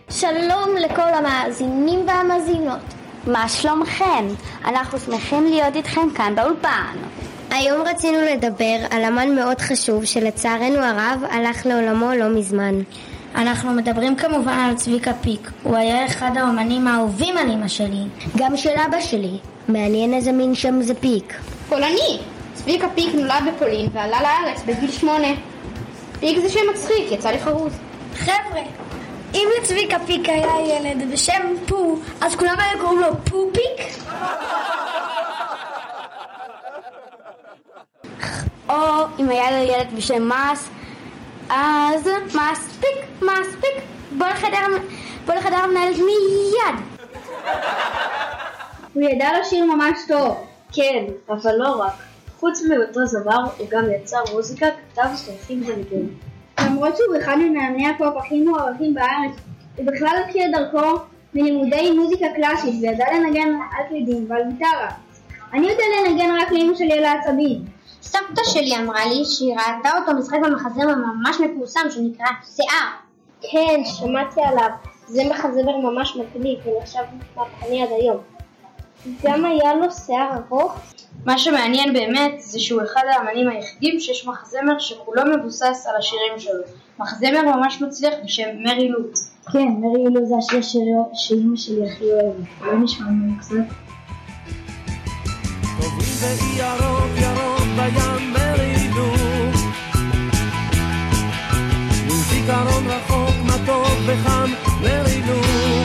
שלום לכל המאזינים והמאזינות. מה שלומכם? אנחנו שמחים להיות איתכם כאן באולפן. היום רצינו לדבר על אמן מאוד חשוב שלצערנו הרב הלך לעולמו לא מזמן. אנחנו מדברים כמובן על צביקה פיק. הוא היה אחד האומנים האהובים על אמא שלי. גם של אבא שלי. מעניין איזה מין שם זה פיק. פולני. צביקה פיק נולד בפולין ועלה לארץ בגיל 8. פיק זה שם מצחיק, יצא לי חרוז. חבר'ה, אם לצביקה פיק היה ילד בשם פו, אז כולם היו קוראים לו פופיק? או אם היה לו ילד בשם מס, אז מספיק. בוא לחדר המנהלת מיד. הוא ידע לשיר ממש טוב. כן, אבל לא רק. חוץ מאותו זמר, הוא גם יצר מוזיקה, כתב סרטים וניגן. למרות שהוא אחד ממאמני הפופ הכי מוערכים בארץ, הוא בכלל התחיל דרכו מלימודי מוזיקה קלאסית וידע לנגן על קלידים ועל גיטרה. אני יודע לנגן רק לאמא שלי על העצבים. סבתא שלי אמרה לי שהיא ראתה אותו משחק במחזמר ממש מפורסם שנקרא שיער. כן, שמעתי עליו. זה מחזמר ממש מקליט ונחשב מהפכני עד היום. גם היה לו שיער ארוך. מה שמעניין באמת זה שהוא אחד האמנים היחידים שיש מחזמר שכולו מבוסס על השירים שלו. מחזמר ממש מצליח בשם מרי לו. כן, מרי לו זה השיר שלו שאמא שלי הכי אוהבת. לא נשמע ממנו קצת? עוברים באי ירוק ירוק בים מרי לו, מזיכרון רחוק מתוק וחם מרי לו.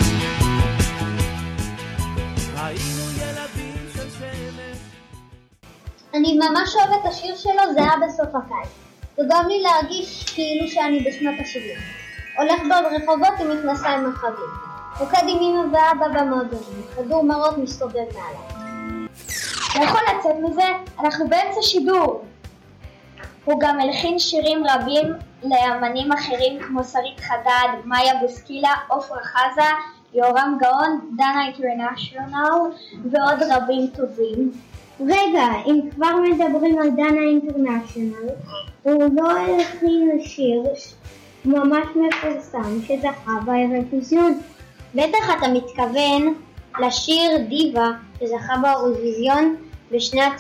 היינו ילדים של שמש. אני ממש אוהבת את השיר שלו, זה היה בסוף הקיץ. זה גורם לי להרגיש כאילו שאני בשנות ה-70. הולך ברחובות עם מכנסיים רחבים. רוקד עם אמא ואבא במועדונים. כדור מרות מסתובב מעליי. אתה יכול לצאת מזה? אנחנו באמצע שידור. הוא גם הלחין שירים רבים לאמנים אחרים כמו שרית חדד, מאיה בוסקילה, עופרה חזה, יורם גאון, דנה אינטרנשיונל ועוד רבים טובים. רגע, אם כבר מדברים על דנה אינטרנשיונל, הוא לא הלחין שיר ממש מפורסם שזכה באירוויזיון. בטח אתה מתכוון לשיר דיבה שזכה באירוויזיון בשנת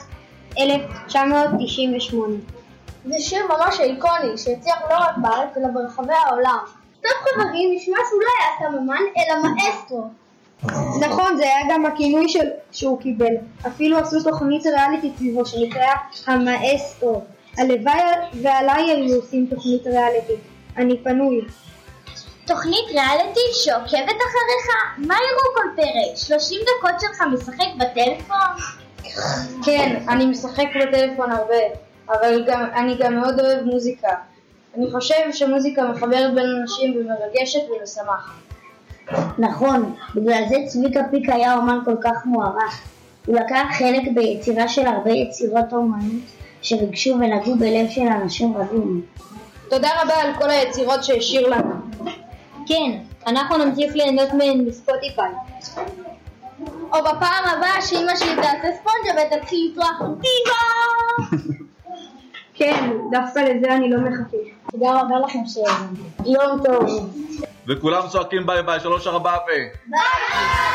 1998. זה שיר ממש איקוני שהצליח לא רק בארץ אלא ברחבי העולם. טוב חברים, נשמע שהוא לא היה סתם אמן אלא מאסטרו. נכון, זה היה גם הכינוי שהוא קיבל. אפילו עשו תוכנית ריאליטי סביבו שנקרא המאסטרו. הלוואי ועליי היו עושים תוכנית ריאליטי. אני פנוי. תוכנית ריאליטי שעוקבת אחריך? מה יראו כל פרק? 30 דקות שלך משחק בטלפון? כן, אני משחק בטלפון הרבה, אבל אני גם מאוד אוהב מוזיקה. אני חושב שמוזיקה מחברת בין אנשים ומרגשת ומשמחת. נכון, בגלל זה צביקה פיק היה אומן כל כך מוערך. הוא לקח חלק ביצירה של הרבה יצירות אומנות שרגשו ונגעו בלב של אנשים רבים. תודה רבה על כל היצירות שהשאיר לנו. כן, אנחנו נמשיך ליהנות מהן בספוטיפיי. או בפעם הבאה שאמא שלי תעשה ספונג'ה ותתחיל לצרוח דיבה! כן, דווקא לזה אני לא מחכה. תודה רבה לכם שהאזנתם. יום טוב. וכולם צועקים ביי ביי, 3-4 ביי.